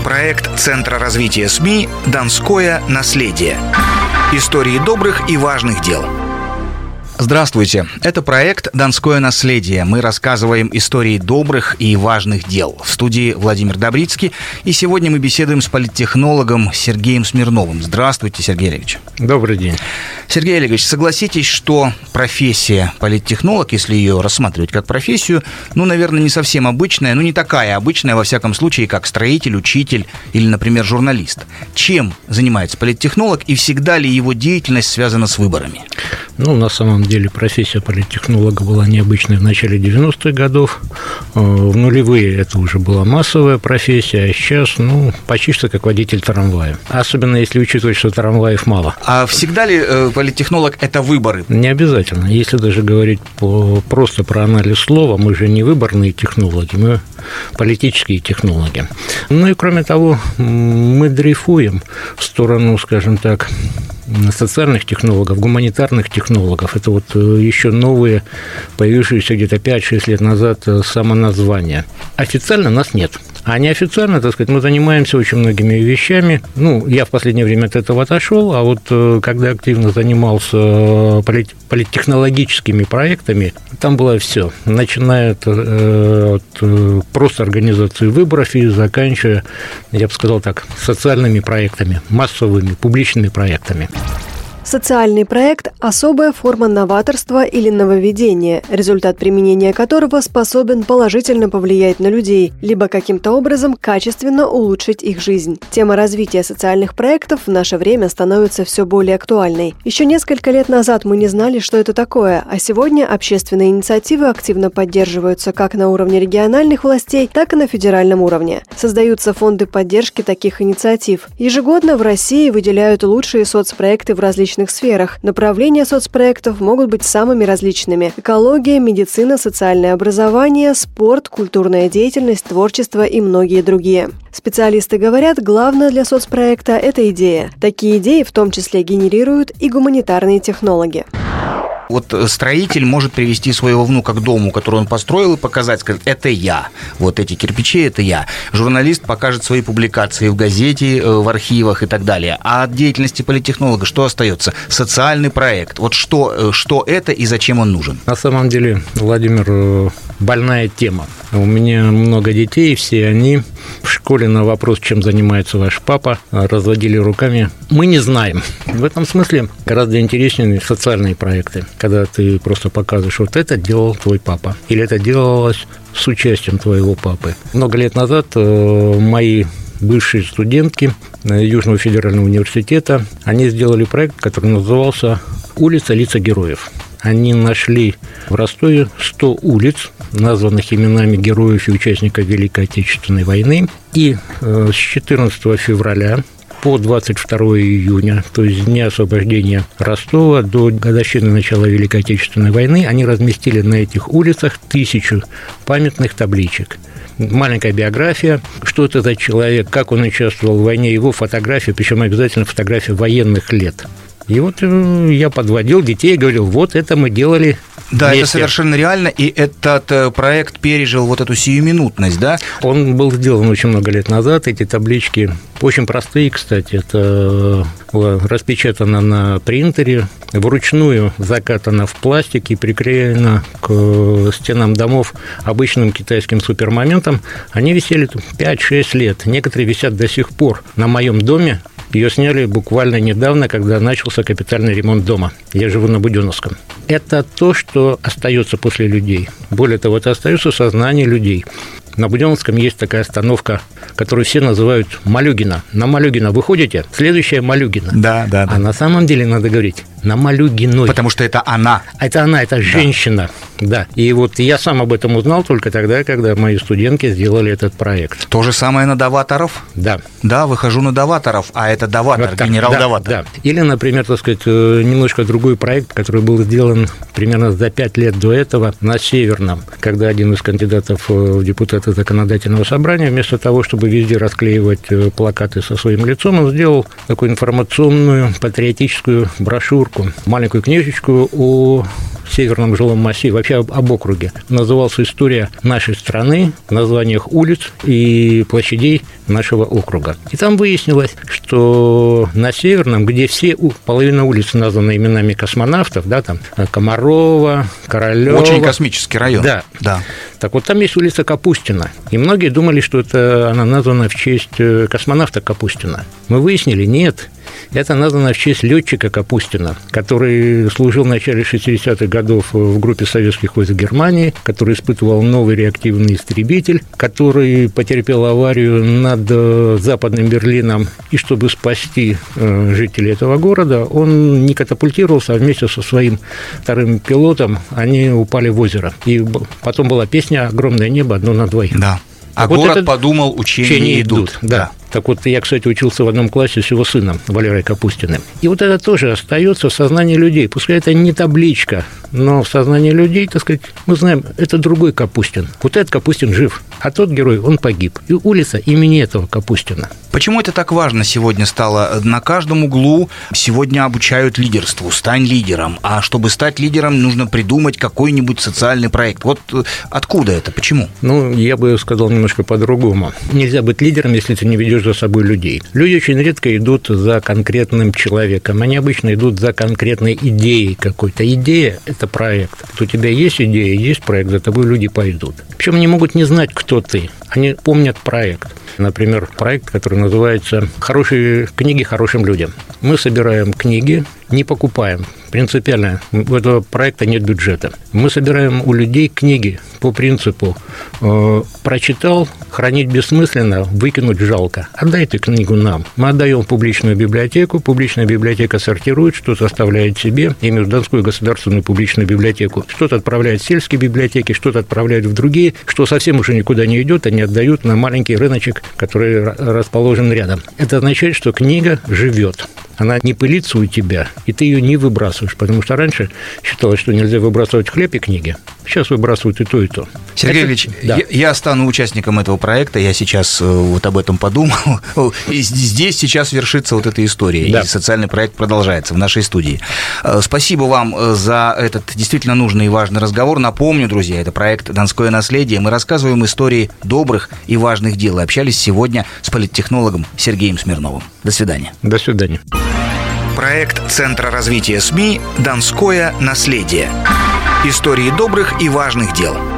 Проект Центра развития СМИ «Донское наследие». Истории добрых и важных дел. Здравствуйте. Это проект «Донское наследие». Мы рассказываем истории добрых и важных дел. В студии Владимир Добрицкий. И сегодня мы беседуем с политтехнологом Сергеем Смирновым. Здравствуйте, Сергей Олегович. Добрый день. Сергей Олегович, согласитесь, что профессия политтехнолог, если ее рассматривать как профессию, наверное, не совсем обычная, не такая обычная, во всяком случае, как строитель, учитель или, например, журналист. Чем занимается политтехнолог и всегда ли его деятельность связана с выборами? На самом деле профессия политтехнолога была необычной в начале 90-х годов. В нулевые это уже была массовая профессия, а сейчас, почти что как водитель трамвая. Особенно если учитывать, что трамваев мало. А всегда ли политтехнолог – это выборы? Не обязательно. Если даже говорить просто про анализ слова, мы же не выборные технологи, мы политические технологи. И кроме того, мы дрейфуем в сторону, скажем так, социальных технологов, гуманитарных технологов. Это еще новые, появившиеся где-то 5-6 лет назад самоназвания. Официально нас нет. А неофициально, мы занимаемся очень многими вещами. Я в последнее время от этого отошел, а когда активно занимался политтехнологическими проектами, там было все, начиная от просто организации выборов и заканчивая, я бы сказал так, социальными проектами, массовыми, публичными проектами. Социальный проект – особая форма новаторства или нововведения, результат применения которого способен положительно повлиять на людей, либо каким-то образом качественно улучшить их жизнь. Тема развития социальных проектов в наше время становится все более актуальной. Еще несколько лет назад мы не знали, что это такое, а сегодня общественные инициативы активно поддерживаются как на уровне региональных властей, так и на федеральном уровне. Создаются фонды поддержки таких инициатив. Ежегодно в России выделяют лучшие соцпроекты в различных сферах. Направления соцпроектов могут быть самыми различными: экология, медицина, социальное образование, спорт, культурная деятельность, творчество и многие другие. Специалисты говорят, главное для соцпроекта – это идея. Такие идеи в том числе генерируют и гуманитарные технологи. Строитель может привести своего внука к дому, который он построил, и показать, сказать, это я. Эти кирпичи – это я. Журналист покажет свои публикации в газете, в архивах и так далее. А от деятельности политтехнолога что остается? Социальный проект. Что это и зачем он нужен? На самом деле, Владимир, больная тема. У меня много детей, все они в школе на вопрос, чем занимается ваш папа, разводили руками. Мы не знаем. В этом смысле гораздо интереснее социальные проекты, когда ты просто показываешь, это делал твой папа, или это делалось с участием твоего папы. Много лет назад мои бывшие студентки Южного федерального университета, они сделали проект, который назывался «Улица. Лица героев». Они нашли в Ростове 100 улиц, названных именами героев и участников Великой Отечественной войны. И с 14 февраля по 22 июня, то есть дня освобождения Ростова, до годовщины начала Великой Отечественной войны, они разместили на этих улицах 1000 памятных табличек. Маленькая биография, что это за человек, как он участвовал в войне, его фотография, причем обязательно фотография военных лет. И я подводил детей и говорил, это мы делали Да, вместе. Это совершенно реально, и этот проект пережил эту сиюминутность, да? Он был сделан очень много лет назад, эти таблички очень простые, кстати, это распечатано на принтере, вручную закатано в пластик и приклеено к стенам домов обычным китайским супермоментом. Они висели 5-6 лет, некоторые висят до сих пор на моем доме. Ее сняли буквально недавно, когда начался капитальный ремонт дома. Я живу на Буденновском. Это то, что остается после людей. Более того, это остается в сознании людей. На Буденновском есть такая остановка, которую все называют Малюгина. На Малюгина выходите, следующая Малюгина. Да. А на самом деле надо говорить на Малюгиной. Потому что это она. Это она, это женщина. Да. И я сам об этом узнал только тогда, когда мои студентки сделали этот проект. То же самое на Доваторов? Да. Да, выхожу на Доваторов, а это Доватор, генерал Доватор. Да. Или, например, немножко другой проект, который был сделан примерно за 5 лет до этого на Северном, когда один из кандидатов в депутаты законодательного собрания, вместо того, чтобы везде расклеивать плакаты со своим лицом, он сделал такую информационную патриотическую брошюрку маленькую книжечку о Северном жилом массиве, вообще об округе. Назывался «История нашей страны», в названиях улиц и площадей нашего округа. И там выяснилось, что на Северном, где половина улиц названа именами космонавтов, да, там Комарова, Королёва. Очень космический район. Да. Так вот, там есть улица Капустина. И многие думали, что она названа в честь космонавта Капустина. Мы выяснили, нет. Это названо в честь летчика Капустина, который служил в начале 60-х годов в группе советских войск Германии, который испытывал новый реактивный истребитель, который потерпел аварию над Западным Берлином. И чтобы спасти жителей этого города, он не катапультировался, а вместе со своим вторым пилотом они упали в озеро. И потом была песня «Огромное небо, одно на двоих». Да. А вот город подумал, учения идут. Да. Так вот, я, кстати, учился в одном классе с его сыном, Валерой Капустиным. И вот это тоже остается в сознании людей. Пускай это не табличка, но в сознании людей, так сказать, мы знаем, это другой Капустин. Вот этот Капустин жив, а тот герой, он погиб. И улица имени этого Капустина. Почему это так важно сегодня стало? На каждом углу сегодня обучают лидерству. Стань лидером. А чтобы стать лидером, нужно придумать какой-нибудь социальный проект. Вот откуда это? Почему? Я бы сказал немножко по-другому. Нельзя быть лидером, если ты не ведешь за собой людей. Люди очень редко идут за конкретным человеком. Они обычно идут за конкретной идеей какой-то. Идея – это проект. Вот у тебя есть идея, есть проект, за тобой люди пойдут. Причем они могут не знать, кто ты. Они помнят проект. Например, проект, который называется «Хорошие книги хорошим людям». Мы собираем книги, не покупаем. Принципиально. У этого проекта нет бюджета. Мы собираем у людей книги по принципу прочитал, хранить бессмысленно, выкинуть жалко. Отдай ты книгу нам. Мы отдаем в публичную библиотеку. Публичная библиотека сортирует, что-то оставляет себе. Я имею в виду Донскую государственную публичную библиотеку. Что-то отправляет в сельские библиотеки, что-то отправляет в другие, что совсем уже никуда не идет, они отдают на маленький рыночек, который расположен рядом. Это означает, что книга живет. Она не пылится у тебя, и ты ее не выбрасываешь, потому что раньше считалось, что нельзя выбрасывать хлеб и книги. Сейчас выбрасывают и то, и то. Сергей Ильич, да. я стану участником этого проекта, я сейчас вот об этом подумал, и здесь сейчас вершится вот эта история, да. И социальный проект продолжается в нашей студии. Спасибо вам за этот действительно нужный и важный разговор. Напомню, друзья, это проект «Донское наследие». Мы рассказываем истории добрых и важных дел. И общались сегодня с политтехнологом Сергеем Смирновым. До свидания. До свидания. Проект Центра развития СМИ «Донское наследие». Истории добрых и важных дел.